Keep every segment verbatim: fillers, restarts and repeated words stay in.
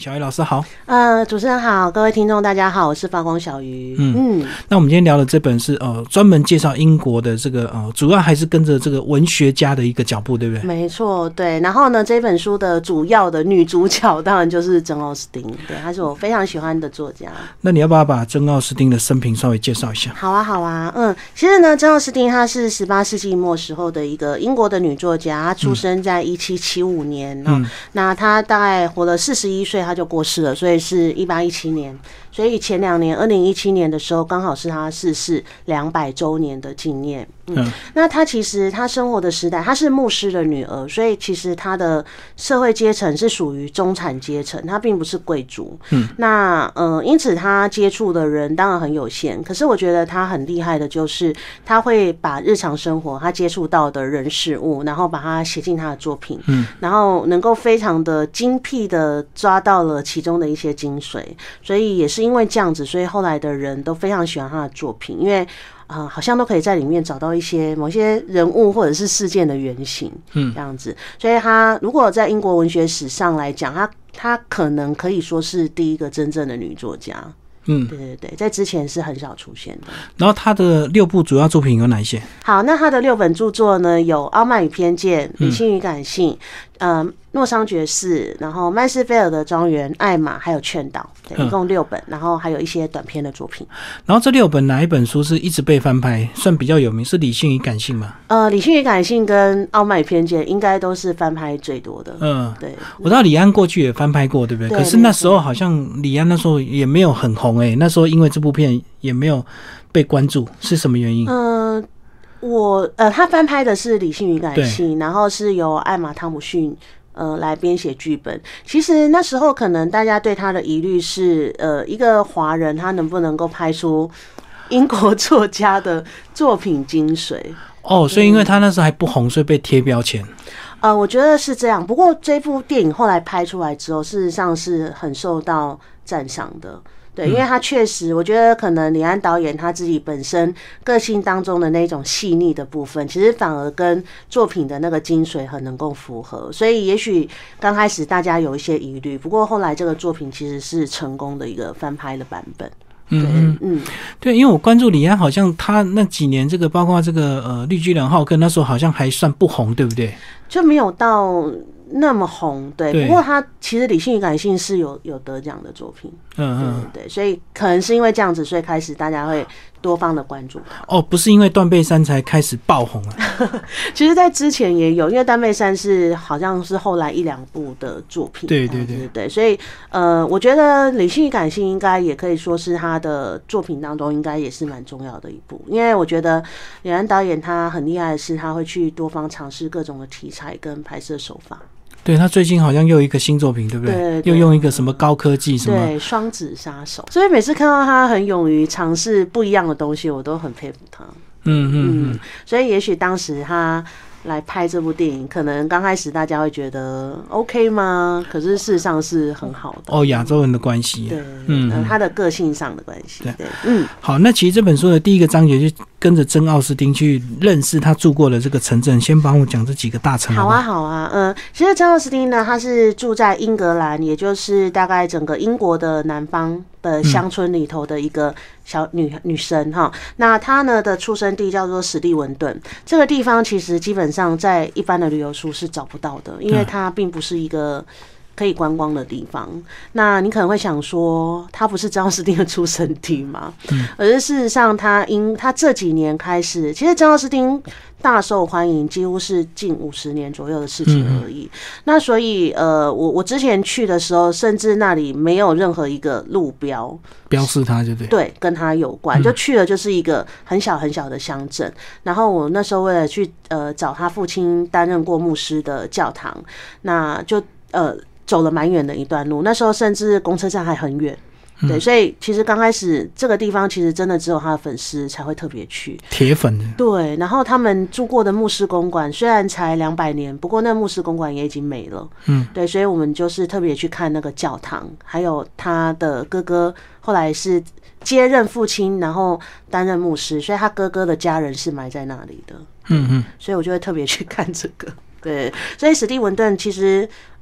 小鱼老师好。 呃，主持人好，各位听众大家好，我是发光小鱼。 嗯，嗯那我们今天聊的这本是呃专门介绍英国的这个呃，主要还是跟着这个文学家的一个脚步，对不对？ 没错，对。然后呢，这本书的主要的女主角当然就是珍奥斯汀，对，她是我非常喜欢的作家。 那你要不要把珍奥斯汀的生平稍微介绍一下？ 好啊，好啊，嗯，其实呢，珍奥斯汀她是十八世纪末时候的一个英国的女作家，她出生在一七七五年，嗯，那她大概活了四十一岁，她就过世了，所以是一八一七年。所以前两年，二零一七年的时候，刚好是他逝世两百周年的纪念。嗯，那他其实他生活的时代，他是牧师的女儿，所以其实他的社会阶层是属于中产阶层，他并不是贵族。嗯，那呃，因此他接触的人当然很有限。可是我觉得他很厉害的就是他会把日常生活他接触到的人事物，然后把它写进他的作品。嗯，然后能够非常的精辟的抓到了其中的一些精髓，所以也是因为这样子，所以后来的人都非常喜欢他的作品，因为呃，好像都可以在里面找到一些某些人物或者是事件的原型，嗯，这样子。所以他如果在英国文学史上来讲，他他可能可以说是第一个真正的女作家。嗯，对对对，在之前是很少出现的。 然后他的六部主要作品有哪一些？ 好，那他的六本著作呢，有《傲慢与偏见》、《理性与感性》、嗯，呃，诺桑爵士，然后曼斯菲尔德庄园、艾玛，还有劝导，对，一共六本，然后还有一些短篇的作品。 然后这六本哪一本书是一直被翻拍，算比较有名？是《理性与感性》吗？ 呃，《理性与感性》跟《傲慢与偏见》应该都是翻拍最多的。嗯，对， 我知道李安过去也翻拍过，对不对？对，可是那时候好像李安那时候也没有很红。欸，那时候因为这部片也没有被关注，是什么原因？ 嗯、呃，我呃，他翻拍的是《理性与感性》，然后是由艾玛汤姆逊呃来编写剧本。其实那时候可能大家对他的疑虑是，呃，一个华人他能不能够拍出英国作家的作品精髓？ 哦，所以因为他那时候还不红，所以被贴标签。 呃，我觉得是这样。不过这部电影后来拍出来之后，事实上是很受到赞赏的。对，因为他确实，我觉得可能李安导演他自己本身个性当中的那种细腻的部分，其实反而跟作品的那个精髓很能够符合，所以也许刚开始大家有一些疑虑，不过后来这个作品其实是成功的一个翻拍的版本。 嗯嗯，对，因为我关注李安，好像他那几年这个包括这个呃绿巨人浩克，那时候好像还算不红，对不对？ 就没有到那么红，对。对，不过他其实《理性与感性》是有有得奖的作品，嗯嗯，对，所以可能是因为这样子，所以开始大家会多方的关注他。 哦，不是因为断背山才开始爆红啊？ 其实，在之前也有，因为断背山是好像是后来一两部的作品， 对对对对，所以呃，我觉得《理性与感性》应该也可以说是他的作品当中应该也是蛮重要的一部，因为我觉得李安导演他很厉害的是，他会去多方尝试各种的题材跟拍摄手法。 对，他最近好像又有一个新作品，对不对？对对对，又用一个什么高科技什么？ 对，双子杀手。所以每次看到他很勇于尝试不一样的东西，我都很佩服他。嗯嗯嗯。所以也许当时他来拍这部电影，可能刚开始大家会觉得 OK 吗？可是事实上是很好的。 哦，亚洲人的关系， 对，嗯，他的个性上的关系，对， 嗯，好，那其实这本书的第一个章节就跟着珍奥斯汀去认识他住过的这个城镇，先帮我讲这几个大城。 好啊，好啊，嗯，其实珍奥斯汀呢，他是住在英格兰，也就是大概整个英国的南方的乡村里头的一个小女女生哈。那她呢的出生地叫做史蒂文顿，这个地方其实基本上在一般的旅游书是找不到的，因为它并不是一个可以观光的地方。那你可能会想说，它不是珍奥斯汀的出生地吗？嗯，而是事实上，他因他这几年开始，其实珍奥斯汀大受欢迎，几乎是近五十年左右的事情而已。嗯、那所以，呃，我我之前去的时候，甚至那里没有任何一个路标标示它，就对对，跟它有关，就去了就是一个很小很小的乡镇。然后我那时候为了去呃找他父亲担任过牧师的教堂，那就呃。走了蛮远的一段路，那时候甚至公车站还很远，对，所以其实刚开始这个地方其实真的只有他的粉丝才会特别去， 铁粉的。 对，然后他们住过的牧师公馆虽然才两百年，不过那牧师公馆也已经没了，嗯，对，所以我们就是特别去看那个教堂，还有他的哥哥后来是接任父亲，然后担任牧师，所以他哥哥的家人是埋在那里的，嗯嗯，所以我就会特别去看这个，对，所以史蒂文顿其实。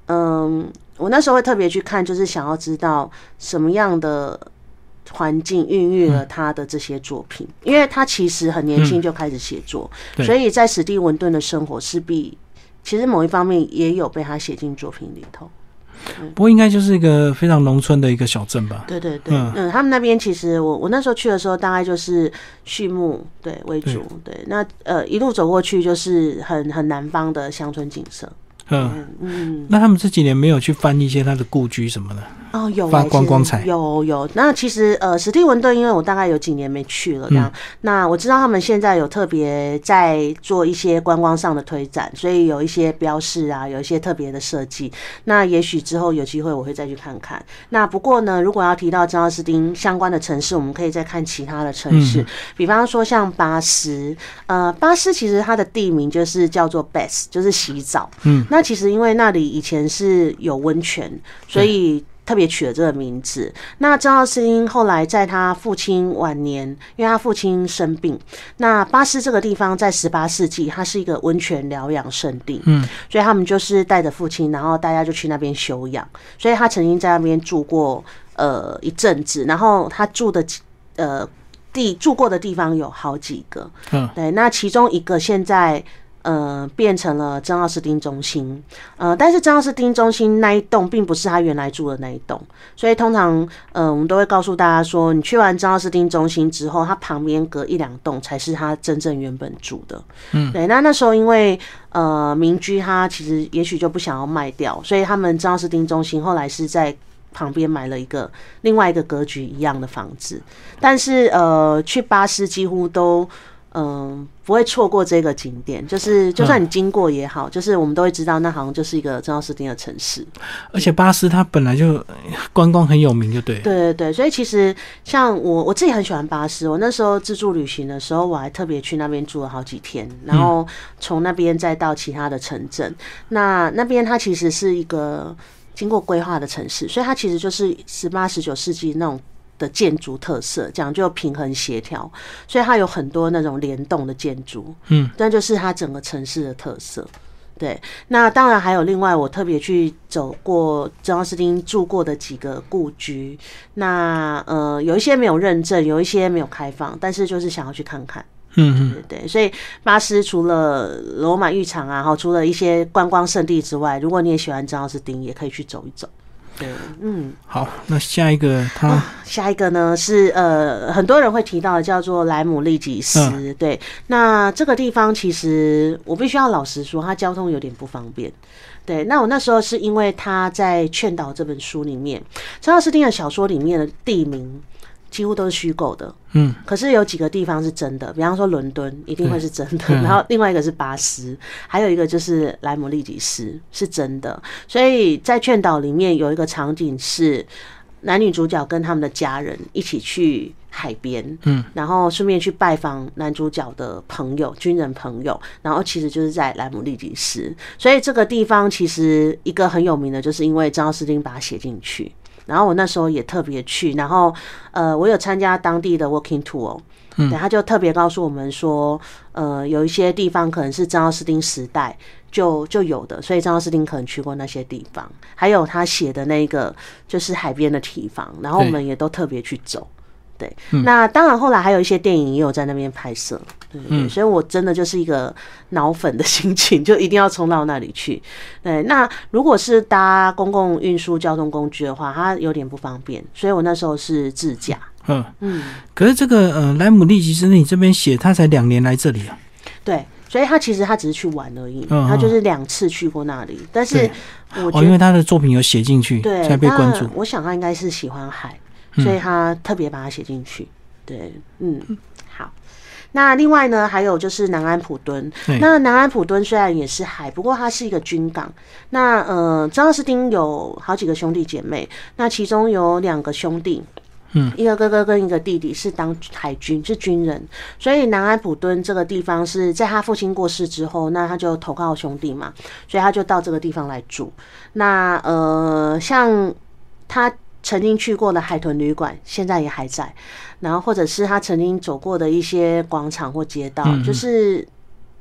嗯，我那时候会特别去看，就是想要知道什么样的环境孕育了他的这些作品，嗯、因为他其实很年轻就开始写作，嗯、所以在史蒂文顿的生活势必其实某一方面也有被他写进作品里头。 不过应该就是一个非常农村的一个小镇吧？ 对对对，嗯, 嗯，他们那边其实我我那时候去的时候，大概就是畜牧对为主，对，对那呃一路走过去就是很很南方的乡村景色。 嗯嗯，那他们这几年没有去翻一些他的故居什么的？ 哦，有发观光彩， 有有。那其实呃，史蒂文顿，因为我大概有几年没去了，这样、嗯。那我知道他们现在有特别在做一些观光上的推展，所以有一些标示啊，有一些特别的设计。那也许之后有机会我会再去看看。那不过呢，如果要提到珍奥斯汀相关的城市，我们可以再看其他的城市，嗯、比方说像巴斯。呃，巴斯其实它的地名就是叫做 bath， 就是洗澡。嗯，那其实因为那里以前是有温泉，所以特别取了这个名字。那珍奥斯汀后来在他父亲晚年，因为他父亲生病，那巴斯这个地方在十八世纪它是一个温泉疗养圣地，嗯，所以他们就是带着父亲，然后大家就去那边休养，所以他曾经在那边住过呃一阵子，然后他住的呃地住过的地方有好几个，嗯，对，那其中一个现在。呃，变成了珍奥斯汀中心，呃，但是珍奥斯汀中心那一栋并不是他原来住的那一栋，所以通常，呃，我们都会告诉大家说，你去完珍奥斯汀中心之后，它旁边隔一两栋才是他真正原本住的。嗯，对，那那时候因为呃民居他其实也许就不想要卖掉，所以他们珍奥斯汀中心后来是在旁边买了一个另外一个格局一样的房子，但是呃，去巴斯几乎都。嗯，不会错过这个景点，就是就算你经过也好，嗯、就是我们都会知道那好像就是一个珍奥斯汀的城市。 而且巴斯它本来就观光很有名，就对。 对对对，所以其实像我我自己很喜欢巴斯，我那时候自助旅行的时候，我还特别去那边住了好几天，然后从那边再到其他的城镇。嗯、那那边它其实是一个经过规划的城市，所以它其实就是十八、十九世纪那种。的建筑特色讲究平衡协调，所以它有很多那种联动的建筑，嗯，那就是它整个城市的特色。对，那当然还有另外我特别去走过珍奥斯汀住过的几个故居，那呃有一些没有认证，有一些没有开放，但是就是想要去看看。嗯对对对，所以巴斯除了罗马浴场啊，除了一些观光胜地之外，如果你也喜欢珍奥斯汀，也可以去走一走。对，嗯， 好，那下一个他、哦、 下一个呢是呃很多人会提到的叫做莱姆利吉斯、嗯、对，那这个地方其实我必须要老实说它交通有点不方便。对，那我那时候是因为他在《劝导》这本书里面，珍奥斯汀的小说里面的地名几乎都是虚构的，嗯，可是有几个地方是真的，比方说伦敦一定会是真的，嗯、然后另外一个是巴斯，还有一个就是莱姆利吉斯是真的，所以在劝导里面有一个场景是男女主角跟他们的家人一起去海边，嗯，然后顺便去拜访男主角的朋友，军人朋友，然后其实就是在莱姆利吉斯，所以这个地方其实一个很有名的，就是因为珍奥斯汀把它写进去。然后我那时候也特别去，然后呃，我有参加当地的 walking tour， 对，他就特别告诉我们说，呃，有一些地方可能是珍奥斯汀时代就就有的，所以珍奥斯汀可能去过那些地方，还有他写的那个就是海边的堤防，然后我们也都特别去走。对，嗯、那当然后来还有一些电影也有在那边拍摄，对对对、嗯、所以我真的就是一个脑粉的心情，就一定要冲到那里去。对，那如果是搭公共运输交通工具的话，它有点不方便，所以我那时候是自驾。 嗯嗯，可是这个呃莱姆利吉斯你这边写他才两年来这里啊？ 对，所以他其实他只是去玩而已，嗯、他就是两次去过那里，但是我觉得、 哦、因为他的作品有写进去， 对， 才被关注。 我想他应该是喜欢海。所以他特别把它写进去，对，嗯，好。那另外呢，还有就是南安普敦。那南安普敦虽然也是海，不过它是一个军港。那呃，珍奥斯汀有好几个兄弟姐妹，那其中有两个兄弟，嗯，一个哥哥跟一个弟弟是当海军，是军人。所以南安普敦这个地方是在他父亲过世之后，那他就投靠兄弟嘛，所以他就到这个地方来住。那呃，像他曾经去过的海豚旅馆现在也还在，然后或者是他曾经走过的一些广场或街道，嗯、就是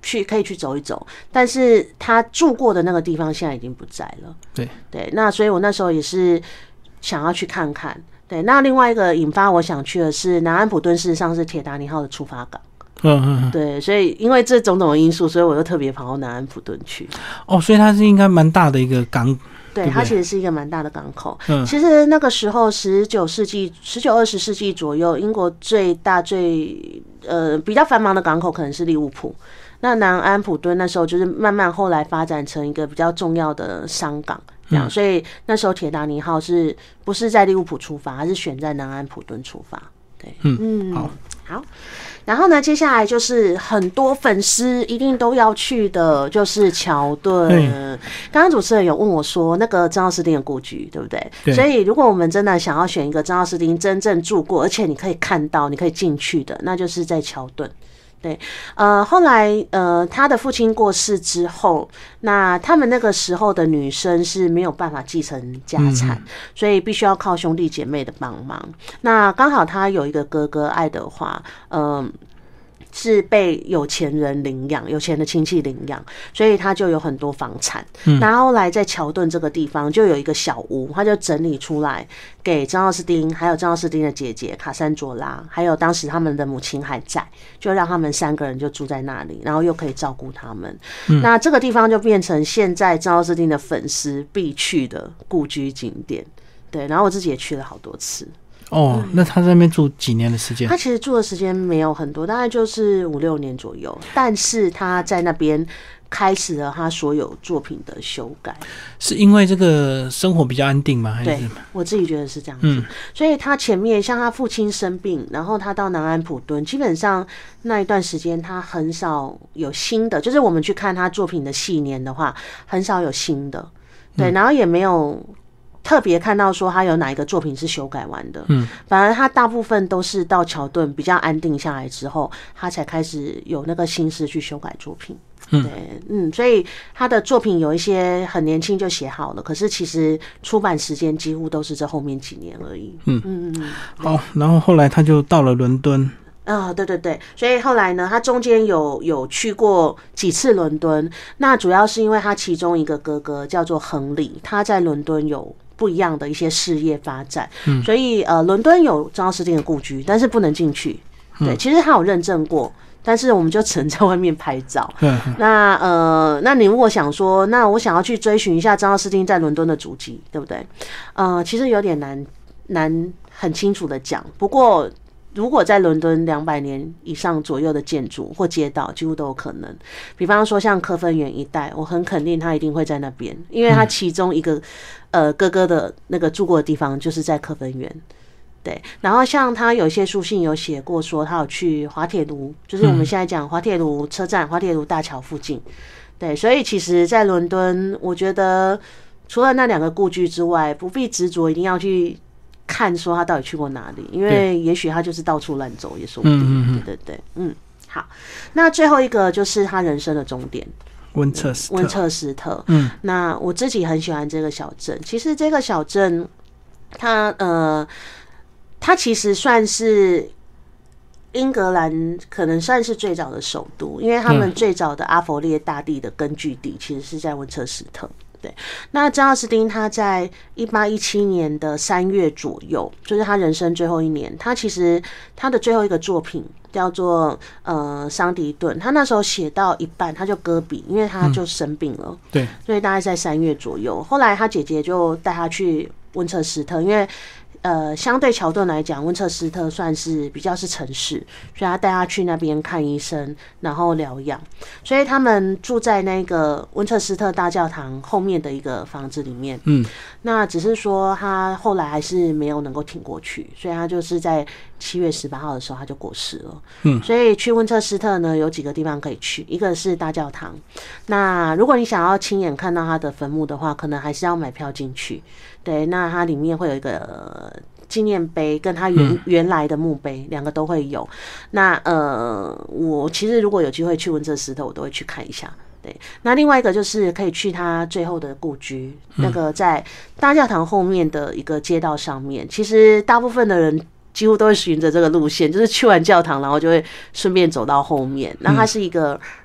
去可以去走一走，但是他住过的那个地方现在已经不在了。 对对，那所以我那时候也是想要去看看。对，那另外一个引发我想去的是南安普敦，事实上是铁达尼号的出发港。 嗯嗯， 对，所以因为这种种的因素，所以我又特别跑到南安普敦去。 哦，所以它是应该蛮大的一个港。 对， 对对它其实是一个蛮大的港口。 嗯， 其实那个时候十九世纪、十九二十世纪左右，英国最大最呃比较繁忙的港口可能是利物浦。那南安普敦那时候就是慢慢后来发展成一个比较重要的商港，这样，嗯、所以那时候铁达尼号是不是在利物浦出发，而是选在南安普敦出发。对， 嗯嗯，好， 好。然后呢，接下来就是很多粉丝一定都要去的，就是桥顿。刚刚主持人有问我说，那个珍奥斯汀的故居，对不对？对。所以，如果我们真的想要选一个珍奥斯汀真正住过，而且你可以看到、你可以进去的，那就是在桥顿。对，呃，后来呃，他的父亲过世之后，那他们那个时候的女生是没有办法继承家产，嗯、所以必须要靠兄弟姐妹的帮忙。那刚好他有一个哥哥爱德华，嗯、呃。是被有钱人领养，有钱的亲戚领养，所以他就有很多房产。嗯，然后来在桥顿这个地方就有一个小屋，他就整理出来给珍奥斯汀，还有珍奥斯汀的姐姐卡珊卓拉，还有当时他们的母亲还在，就让他们三个人就住在那里，然后又可以照顾他们。嗯，那这个地方就变成现在珍奥斯汀的粉丝必去的故居景点。对，然后我自己也去了好多次。 哦，那他在那边住几年的时间？ 他其实住的时间没有很多，大概就是五六年左右。但是他在那边开始了他所有作品的修改。 是因为这个生活比较安定吗？还是？ 对，我自己觉得是这样子。嗯，所以他前面像他父亲生病，然后他到南安普敦，基本上那一段时间他很少有新的，就是我们去看他作品的细年的话，很少有新的。对，然后也没有特别看到说他有哪一个作品是修改完的，嗯，反而他大部分都是到桥顿比较安定下来之后，他才开始有那个心思去修改作品。嗯，对，嗯，所以他的作品有一些很年轻就写好了，可是其实出版时间几乎都是这后面几年而已。嗯嗯嗯， 好，然后后来他就到了伦敦。 啊、哦，对对对，所以后来呢，他中间有有去过几次伦敦，那主要是因为他其中一个哥哥叫做亨利，他在伦敦有不一样的一些事业发展，嗯，所以呃，伦敦有珍奥斯汀的故居，但是不能进去。对，其实他有认证过，但是我们就只能在外面拍照。嗯，那呃，那你如果想说，那我想要去追寻一下珍奥斯汀在伦敦的足迹，对不对？呃，其实有点难难很清楚的讲，不过。如果在伦敦两百年以上左右的建筑或街道，几乎都有可能。比方说像科芬园一带，我很肯定他一定会在那边，因为他其中一个呃哥哥的那个住过的地方就是在科芬园。对，然后像他有些书信有写过说他有去滑铁卢，就是我们现在讲滑铁卢车站、滑铁卢大桥附近。对，所以其实在伦敦，我觉得除了那两个故居之外，不必执着一定要去看说他到底去过哪里，因为也许他就是到处乱走也说不定。嗯、对对对，嗯，好，那最后一个就是他人生的终点， 温彻斯特。 温彻斯特，嗯，那我自己很喜欢这个小镇。其实这个小镇，它呃，它其实算是英格兰可能算是最早的首都，因为他们最早的阿佛列大帝的根据地其实是在温彻斯特。对，那珍奥斯汀他在一八一七年的三月左右，就是他人生最后一年，他其实他的最后一个作品叫做呃桑迪顿，他那时候写到一半他就搁笔，因为他就生病了。嗯、对，所以大概在三月左右，后来他姐姐就带他去温彻斯特，因为。呃，相对桥顿来讲，温彻斯特算是比较是城市，所以他带他去那边看医生，然后疗养。所以他们住在那个温彻斯特大教堂后面的一个房子里面。嗯，那只是说他后来还是没有能够挺过去，所以他就是在七月十八号的时候他就过世了。嗯，所以去温彻斯特呢，有几个地方可以去，一个是大教堂。那如果你想要亲眼看到他的坟墓的话，可能还是要买票进去。对，那它里面会有一个纪念碑，跟它原原来的墓碑，两个都会有。那呃，我其实如果有机会去温彻斯特，我都会去看一下。对，那另外一个就是可以去他最后的故居，那个在大教堂后面的一个街道上面。其实大部分的人几乎都会循着这个路线，就是去完教堂，然后就会顺便走到后面。那它是一个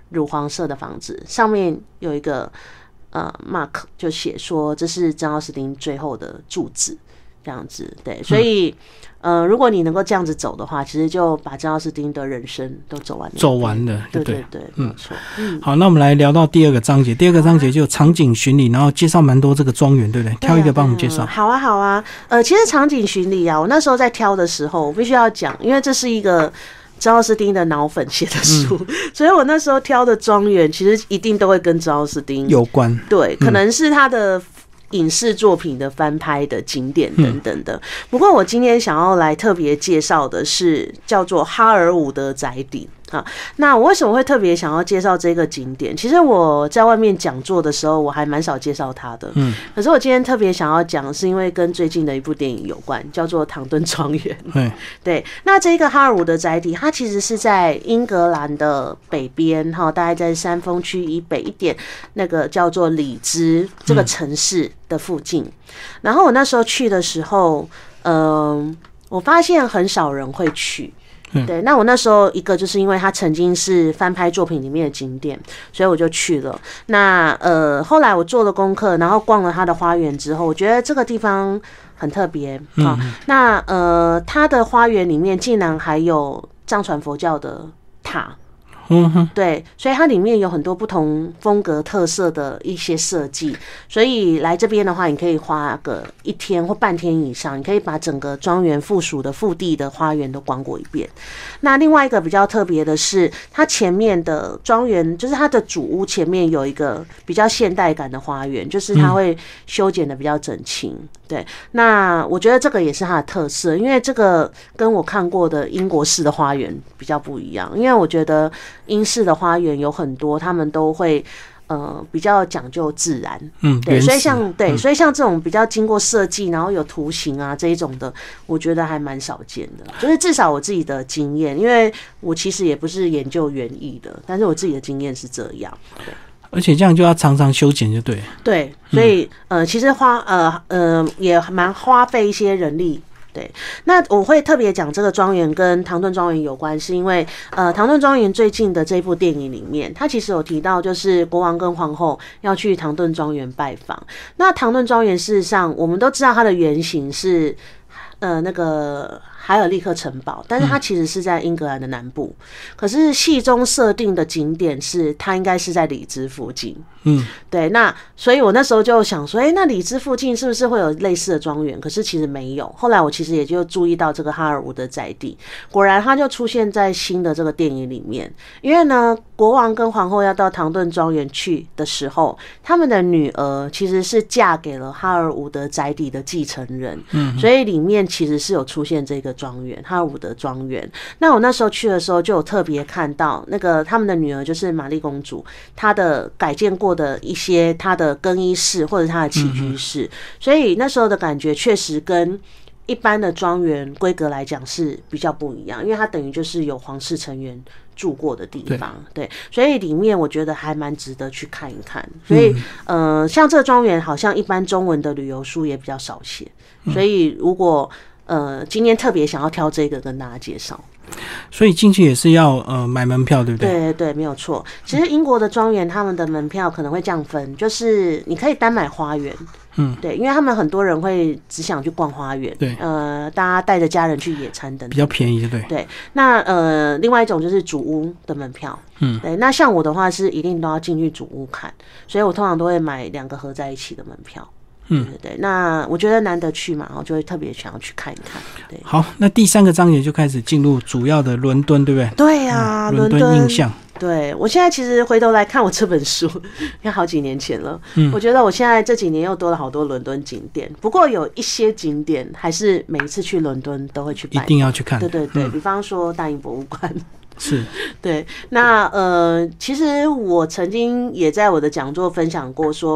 乳黄色的房子，上面有一个呃 mark， 就写说这是珍奥斯汀最后的住址，这样子。对，所以、嗯、呃，如果你能够这样子走的话，其实就把珍奥斯汀的人生都走完了， 走完了， 对对对对，没有错。嗯， 好，那我们来聊到第二个章节，第二个章节就场景巡礼，然后介绍蛮多这个庄园，对不对？挑一个帮我们介绍、 嗯。好啊，好啊。呃，其实场景巡礼啊，我那时候在挑的时候，我必须要讲，因为这是一个珍奥斯汀的脑粉写的书、嗯，所以我那时候挑的庄园其实一定都会跟珍奥斯汀有关。 对，可能是他的影视作品的翻拍的景点等等的。不过我今天想要来特别介绍的是叫做哈尔伍德宅邸。好，那我为什么会特别想要介绍这个景点？其实我在外面讲座的时候，我还蛮少介绍它的。嗯，可是我今天特别想要讲，是因为跟最近的一部电影有关，叫做《唐顿庄园》。 对对，那这个哈尔伍德宅邸，它其实是在英格兰的北边，哈，大概在山峰区以北一点，那个叫做里兹这个城市的附近。嗯、然后我那时候去的时候，嗯、呃，我发现很少人会去。对，那我那时候一个就是因为它曾经是翻拍作品里面的景点，所以我就去了。那呃，后来我做了功课，然后逛了它的花园之后，我觉得这个地方很特别。好、嗯，那呃，它的花园里面竟然还有藏传佛教的塔。嗯哼，对，所以它里面有很多不同风格特色的一些设计，所以来这边的话，你可以花个一天或半天以上，你可以把整个庄园附属的腹地的花园都逛过一遍。那另外一个比较特别的是，它前面的庄园，就是它的主屋前面有一个比较现代感的花园，就是它会修剪的比较整齐。对，那我觉得这个也是它的特色，因为这个跟我看过的英国式的花园比较不一样，因为我觉得英式的花园有很多，他们都会呃比较讲究自然，嗯，对，所以像对、嗯，所以像这种比较经过设计，然后有图形啊这一种的，我觉得还蛮少见的。就是至少我自己的经验，因为我其实也不是研究园艺的，但是我自己的经验是这样。对， 而且这样就要常常修剪，就对。对， 所以、嗯、呃，其实花呃呃也蛮花费一些人力。对，那我会特别讲这个庄园跟唐顿庄园有关，是因为呃，唐顿庄园最近的这部电影里面，它其实有提到，就是国王跟皇后要去唐顿庄园拜访。那唐顿庄园事实上，我们都知道它的原型是呃那个海尔利克城堡，但是它其实是在英格兰的南部。可是戏中设定的景点是它应该是在里兹附近。嗯，对，那所以我那时候就想说，哎、欸，那里兹附近是不是会有类似的庄园？可是其实没有。后来我其实也就注意到这个哈尔伍德宅邸，果然它就出现在新的这个电影里面。因为呢，国王跟皇后要到唐顿庄园去的时候，他们的女儿其实是嫁给了哈尔伍德宅邸的继承人。嗯，所以里面其实是有出现这个庄园，哈尔伍德庄园。那我那时候去的时候，就有特别看到那个他们的女儿就是玛丽公主，她的改建过的一些她的更衣室或者她的起居室，所以那时候的感觉确实跟一般的庄园规格来讲是比较不一样，因为它等于就是有皇室成员住过的地方， 对, 对，所以里面我觉得还蛮值得去看一看。所以，嗯、呃，像这个庄园好像一般中文的旅游书也比较少写，所以如果呃今天特别想要挑这个跟大家介绍。 所以进去也是要呃买门票，对不对？ 对对，没有错。其实英国的庄园他们的门票可能会这样分，就是你可以单买花园，嗯，对，因为他们很多人会只想去逛花园，对，呃，大家带着家人去野餐等等， 比较便宜，对。 对，那呃，另外一种就是主屋的门票，嗯，对。那像我的话是一定都要进去主屋看，所以我通常都会买两个合在一起的门票。嗯，对对对，那我觉得难得去嘛，我就会特别想要去看一看。对， 好，那第三个章节就开始进入主要的伦敦，对不对？ 对啊，伦、嗯、 敦印象。 对，我现在其实回头来看我这本书，因为好几年前了，嗯，我觉得我现在这几年又多了好多伦敦景点。不过有一些景点还是每一次去伦敦都会去拜， 一定要去看。 对对对，嗯、比方说大英博物馆。 是， 对，那呃，其实我曾经也在我的讲座分享过说，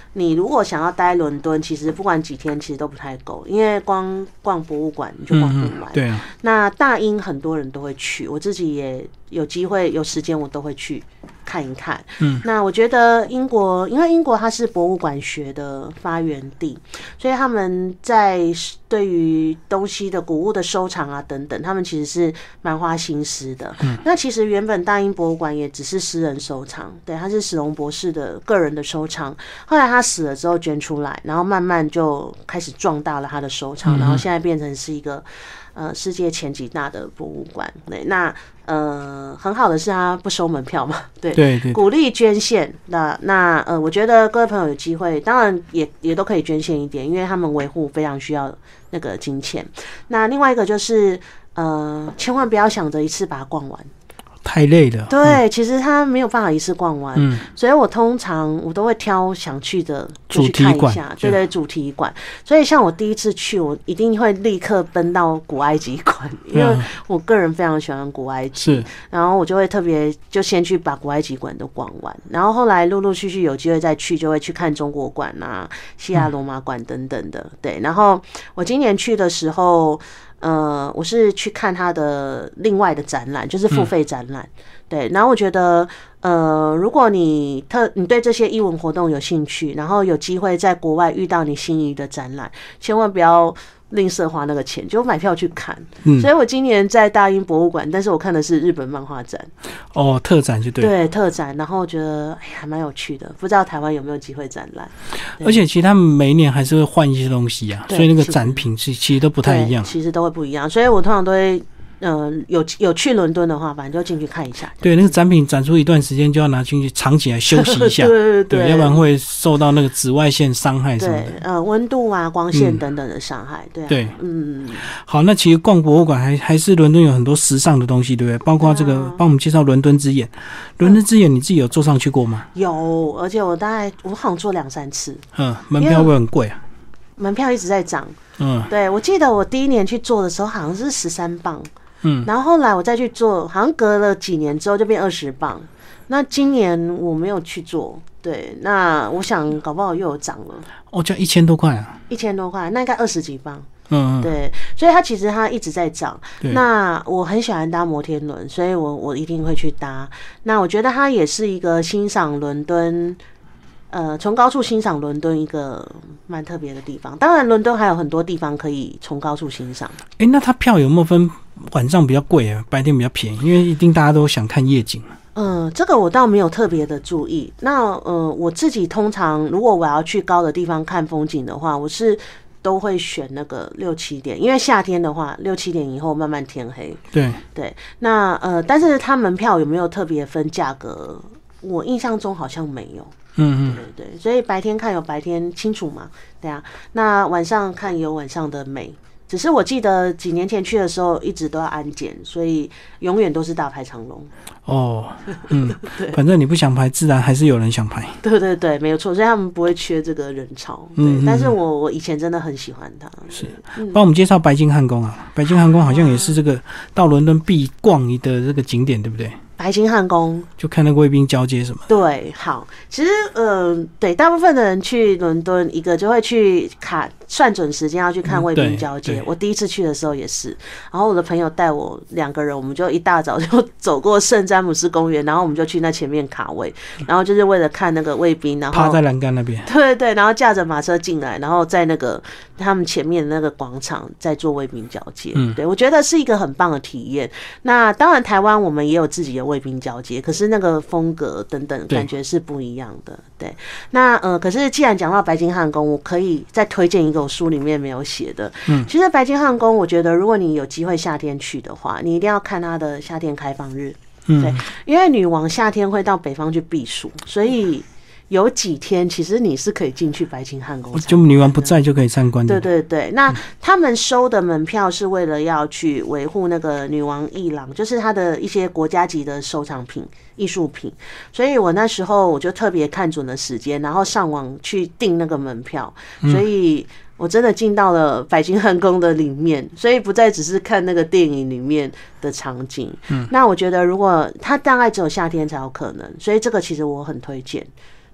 你如果想要待伦敦，其实不管几天，其实都不太够，因为光逛博物馆你就逛不完。 嗯、对啊。 那大英很多人都会去，我自己也有机会有时间，我都会去看一看。嗯，那我觉得英国，因为英国它是博物馆学的发源地，所以他们在对于东西的古物的收藏啊等等，他们其实是蛮花心思的。嗯，那其实原本大英博物馆也只是私人收藏，对，他是史隆博士的个人的收藏，后来他死了之后捐出来，然后慢慢就开始壮大了他的收藏，然后现在变成是一个呃世界前几大的博物馆。对，那呃很好的是他不收门票嘛，对对对， 鼓励捐献。那那呃，我觉得各位朋友有机会，当然也也都可以捐献一点，因为他们维护非常需要那个金钱。那另外一个就是呃，千万不要想着一次把它逛完。 太累了。 对，嗯、其实他没有办法一次逛完，嗯、所以我通常我都会挑想去的就去看一下，对对，主题馆。所以像我第一次去，我一定会立刻奔到古埃及馆，因为我个人非常喜欢古埃及，是，然后我就会特别就先去把古埃及馆都逛完，然后后来陆陆续续有机会再去，就会去看中国馆啊、希腊罗马馆等等的，嗯、对。然后我今年去的时候。呃，我是去看他的另外的展览，就是付费展览，嗯、对。然后我觉得，呃，如果你特你对这些艺文活动有兴趣，然后有机会在国外遇到你心仪的展览，千万不要吝啬花那个钱，就买票去看。嗯，所以我今年在大英博物馆，但是我看的是日本漫画展。 哦，特展就对。 对，特展，然后觉得哎还蛮有趣的，不知道台湾有没有机会展览。 而且其实他们每一年还是会换一些东西啊，所以那个展品其其实都不太一样。 其实都会不一样，所以我通常都会。呃，有有去伦敦的话，反正就进去看一下。 对，那个展品展出一段时间就要拿进去藏起来休息一下， 对对 对, 对， 要不然会受到那个紫外线伤害什么的。 对，呃，温度啊、光线等等的伤害。嗯、对、啊， 对， 嗯。 好，那其实逛博物馆还还是伦敦有很多时尚的东西，对不对？包括这个，帮、啊、我们介绍伦敦之眼。伦敦之眼，你自己有坐上去过吗？ 有，而且我大概我好像坐两三次。 嗯，门票会很贵啊。 门票一直在涨。嗯，对，我记得我第一年去做的时候好像是十三磅。嗯，然后后来我再去做，好像隔了几年之后就变二十磅。那今年我没有去做，对，那我想搞不好又有涨了。 哦，就一千多块啊！ 一千多块，那应该二十几磅。嗯，对，所以它其实它一直在涨。那我很喜欢搭摩天轮，所以我我一定会去搭。那我觉得它也是一个欣赏伦敦。呃，从高处欣赏伦敦一个蛮特别的地方。当然，伦敦还有很多地方可以从高处欣赏。 哎、欸，那它票有没有分晚上比较贵啊，白天比较便宜？因为一定大家都想看夜景。 嗯、呃，这个我倒没有特别的注意。那呃，我自己通常如果我要去高的地方看风景的话，我是都会选那个六七点，因为夏天的话，六七点以后慢慢天黑。 对对，那呃，但是它门票有没有特别分价格？我印象中好像没有。嗯嗯，对对，所以白天看有白天清楚嘛，对啊。那晚上看有晚上的美，只是我记得几年前去的时候一直都要安检，所以永远都是大排长龙。 哦，嗯，反正你不想排，自然还是有人想排。 对对对，没有错，所以他们不会缺这个人潮。对，嗯嗯，但是我我以前真的很喜欢它。 是，帮我们介绍白金汉宫啊，白金汉宫好像也是这个到伦敦必逛的这个景点，对不对？ 白金汉宫就看那个卫兵交接什么。 对，好，其实呃，对，大部分的人去伦敦，一个就会去卡算准时间要去看卫兵交接。嗯、我第一次去的时候也是，然后我的朋友带我两个人，我们就一大早就走过圣詹姆斯公园，然后我们就去那前面卡位，然后就是为了看那个卫兵，然后趴在栏杆那边。 对对对，然后驾着马车进来，然后在那个他们前面的那个广场在做卫兵交接。嗯，对，我觉得是一个很棒的体验。那当然，台湾我们也有自己的卫兵交接，可是那个风格等等感觉是不一样的。对，那呃，可是既然讲到白金汉宫，我可以再推荐一个我书里面没有写的。嗯，其实白金汉宫，我觉得如果你有机会夏天去的话，你一定要看它的夏天开放日。嗯，对，因为女王夏天会到北方去避暑，所以有几天其实你是可以进去白金汉宫， 就女王不在就可以参观的。 对对对，那他们收的门票是为了要去维护那个女王艺廊，就是她的一些国家级的收藏品、艺术品。所以我那时候我就特别看准了时间，然后上网去订那个门票，所以我真的进到了白金汉宫的里面，所以不再只是看那个电影里面的场景。嗯，那我觉得如果它大概只有夏天才有可能，所以这个其实我很推荐。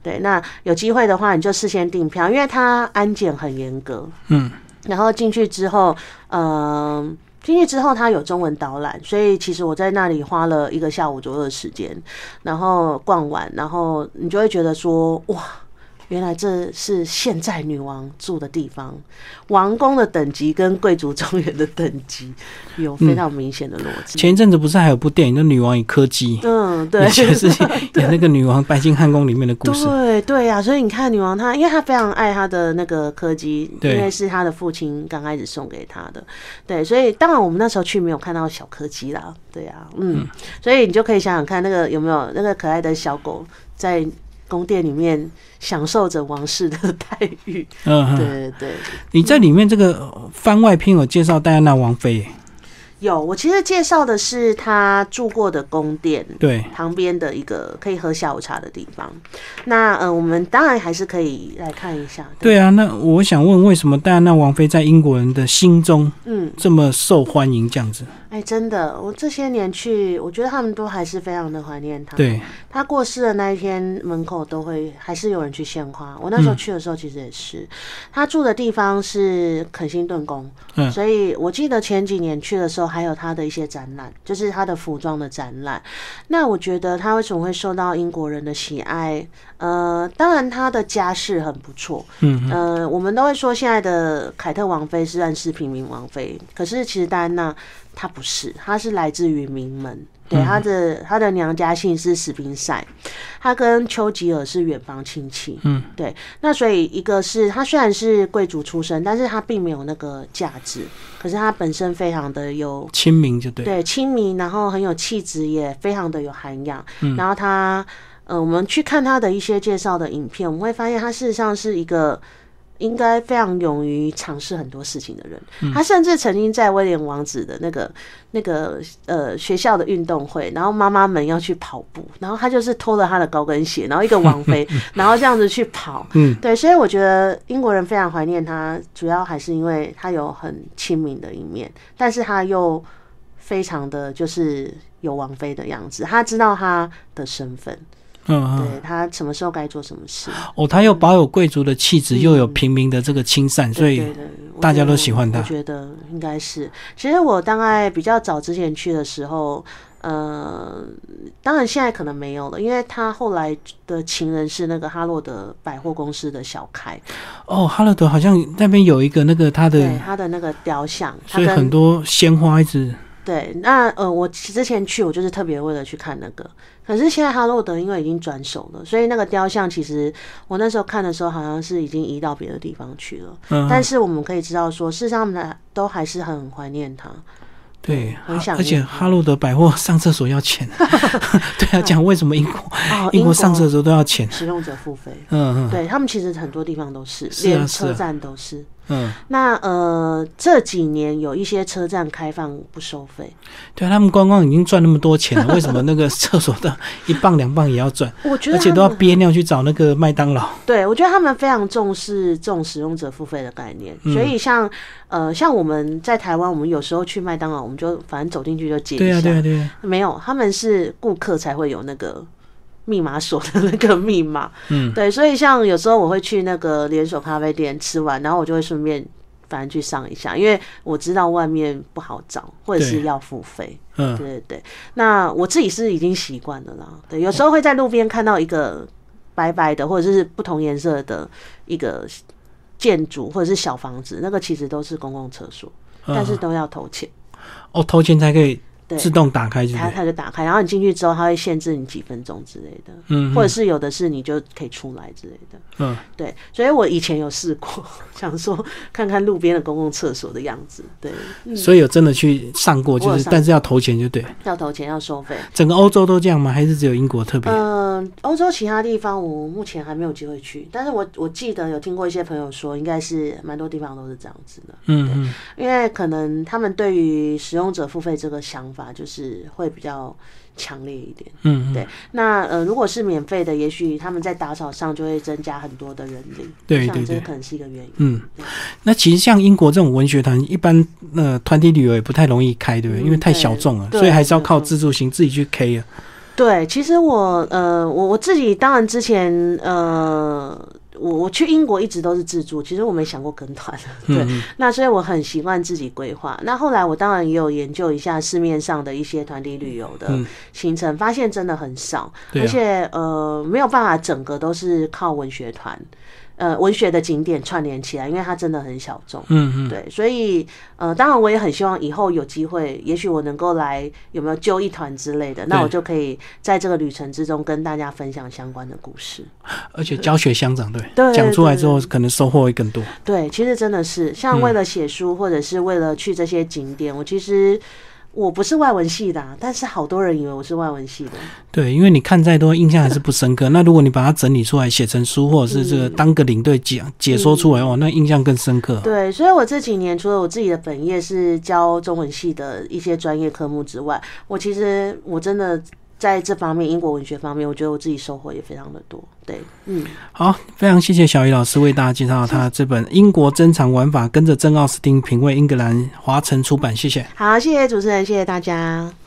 对，那有机会的话，你就事先订票，因为它安检很严格。嗯，然后进去之后，嗯、呃。进去之后，它有中文导览，所以其实我在那里花了一个下午左右的时间，然后逛完，然后你就会觉得说，哇，原来这是现在女王住的地方，王宫的等级跟贵族庄园的等级有非常明显的逻辑、嗯。 前一阵子不是还有部电影《那女王与柯基》？嗯，对，就是演那个女王白金汉宫里面的故事。 对对呀、啊，所以你看女王她，因为她非常爱她的那个柯基，因为是她的父亲刚开始送给她的。对，所以当然我们那时候去没有看到小柯基啦。对呀、啊，嗯，嗯，所以你就可以想想看，那个有没有那个可爱的小狗在宫殿里面享受着王室的待遇。嗯，对对对。 你在里面这个番外篇有介绍戴安娜王妃？ 有，我其实介绍的是她住过的宫殿， 对， 旁边的一个可以喝下午茶的地方。那呃，我们当然还是可以来看一下。 对, 对啊，那我想问，为什么戴安娜王妃在英国人的心中，嗯，这么受欢迎？这样子？ 哎、欸，真的，我这些年去，我觉得他们都还是非常的怀念他。 对， 他过世的那一天，门口都会还是有人去献花。我那时候去的时候，其实也是。嗯、他住的地方是肯辛顿宫，嗯，所以我记得前几年去的时候，还有他的一些展览，就是他的服装的展览。那我觉得他为什么会受到英国人的喜爱？呃，当然他的家世很不错，嗯，呃，我们都会说现在的凯特王妃是暗示平民王妃，可是其实戴安娜她不是，她是来自于名门，对，她的她的娘家姓是史宾塞，她跟丘吉尔是远房亲戚，嗯，对，那所以一个是她虽然是贵族出身，但是她并没有那个价值，可是她本身非常的有亲民，就对， 对，亲民，然后很有气质，也非常的有涵养，嗯，然后她。呃，我们去看他的一些介绍的影片，我们会发现他事实上是一个应该非常勇于尝试很多事情的人。嗯、他甚至曾经在威廉王子的那个那个呃学校的运动会，然后妈妈们要去跑步，然后他就是脱了他的高跟鞋，然后一个王妃，然后这样子去跑。嗯，对，所以我觉得英国人非常怀念他，主要还是因为他有很亲民的一面，但是他又非常的就是有王妃的样子，他知道他的身份。嗯，对，他什么时候该做什么事哦，他又保有贵族的气质，嗯，又有平民的这个亲善，所以大家都喜欢他。 我觉得应该是。其实我大概比较早之前去的时候，呃，当然现在可能没有了，因为他后来的情人是那个哈洛德百货公司的小开。 哦，哈洛德好像那边有一个那个他的对他的那个雕像， 所以很多鲜花一直。 对，那呃，我之前去，我就是特别为了去看那个。可是现在哈洛德因为已经转手了，所以那个雕像其实我那时候看的时候，好像是已经移到别的地方去了。嗯，但是我们可以知道说，事实上他们都还是很怀念他。 对，很想念，而且哈洛德百货上厕所要钱。对啊，讲为什么英国、哦、英国上厕所都要钱？ 使用者付费。嗯嗯，对他们其实很多地方都是，是啊、连车站都是。嗯，那呃这几年有一些车站开放不收费， 对，他们观光已经赚那么多钱了，为什么那个厕所的一磅两磅也要赚？ 我觉得， 而且都要憋尿去找那个麦当劳。 对，我觉得他们非常重视这种使用者付费的概念，嗯、所以像呃像我们在台湾，我们有时候去麦当劳，我们就反正走进去就结一下， 对啊对啊对啊， 没有，他们是顾客才会有那个密码锁的那个密码，嗯，对，所以像有时候我会去那个连锁咖啡店吃完，然后我就会顺便反正去上一下，因为我知道外面不好找，或者是要付费，嗯，对对对。那我自己是已经习惯了啦，对，有时候会在路边看到一个白白的或者是不同颜色的一个建筑或者是小房子，那个其实都是公共厕所，但是都要投钱。 哦，投钱才可以自动打开， 它它就打开，然后你进去之后，它会限制你几分钟之类的，嗯，或者是有的是你就可以出来之类的，嗯，对，所以我以前有试过，想说看看路边的公共厕所的样子，对， 嗯、所以有真的去上过，就是但是要投钱就对， 要投钱要收费。 整个欧洲都这样吗？还是只有英国特别？ 嗯，欧洲其他地方我目前还没有机会去，但是我我记得有听过一些朋友说，应该是蛮多地方都是这样子的，嗯嗯，因为可能他们对于使用者付费这个想法就是会比较强烈一点，嗯，对。那呃，如果是免费的，也许他们在打扫上就会增加很多的人力， 对对对， 这可能是一个原因。 嗯，那其实像英国这种文学团，一般呃团体旅游也不太容易开，对不对？因为太小众了，所以还是要靠自助行自己去 K 啊。 对，其实我呃，我我自己当然之前呃。我我去英国一直都是自助，其实我没想过跟团，对，嗯、那所以我很习惯自己规划。那后来我当然也有研究一下市面上的一些团体旅游的行程，嗯、发现真的很少，啊、而且呃没有办法整个都是靠文学团。呃，文学的景点串联起来，因为它真的很小众，嗯嗯，对，所以呃，当然我也很希望以后有机会，也许我能够来有没有揪一团之类的，那我就可以在这个旅程之中跟大家分享相关的故事， 而且教学相长，对，对，讲出来之后可能收获会更多。 对，其实真的是像为了写书，嗯、或者是为了去这些景点，我其实。我不是外文系的、啊，但是好多人以为我是外文系的。 对，因为你看再多，印象还是不深刻。那如果你把它整理出来，写成书，或者是这个当个领队讲、嗯、解说出来，哇，那印象更深刻。 对，所以我这几年除了我自己的本业是教中文系的一些专业科目之外，我其实我真的。在这方面，英国文学方面，我觉得我自己收获也非常的多。对，嗯， 好，非常谢谢小怡老师为大家介绍他这本《英国珍藏玩法》，跟着珍奥斯汀品味英格兰，华城出版，谢谢。 好，谢谢主持人，谢谢大家。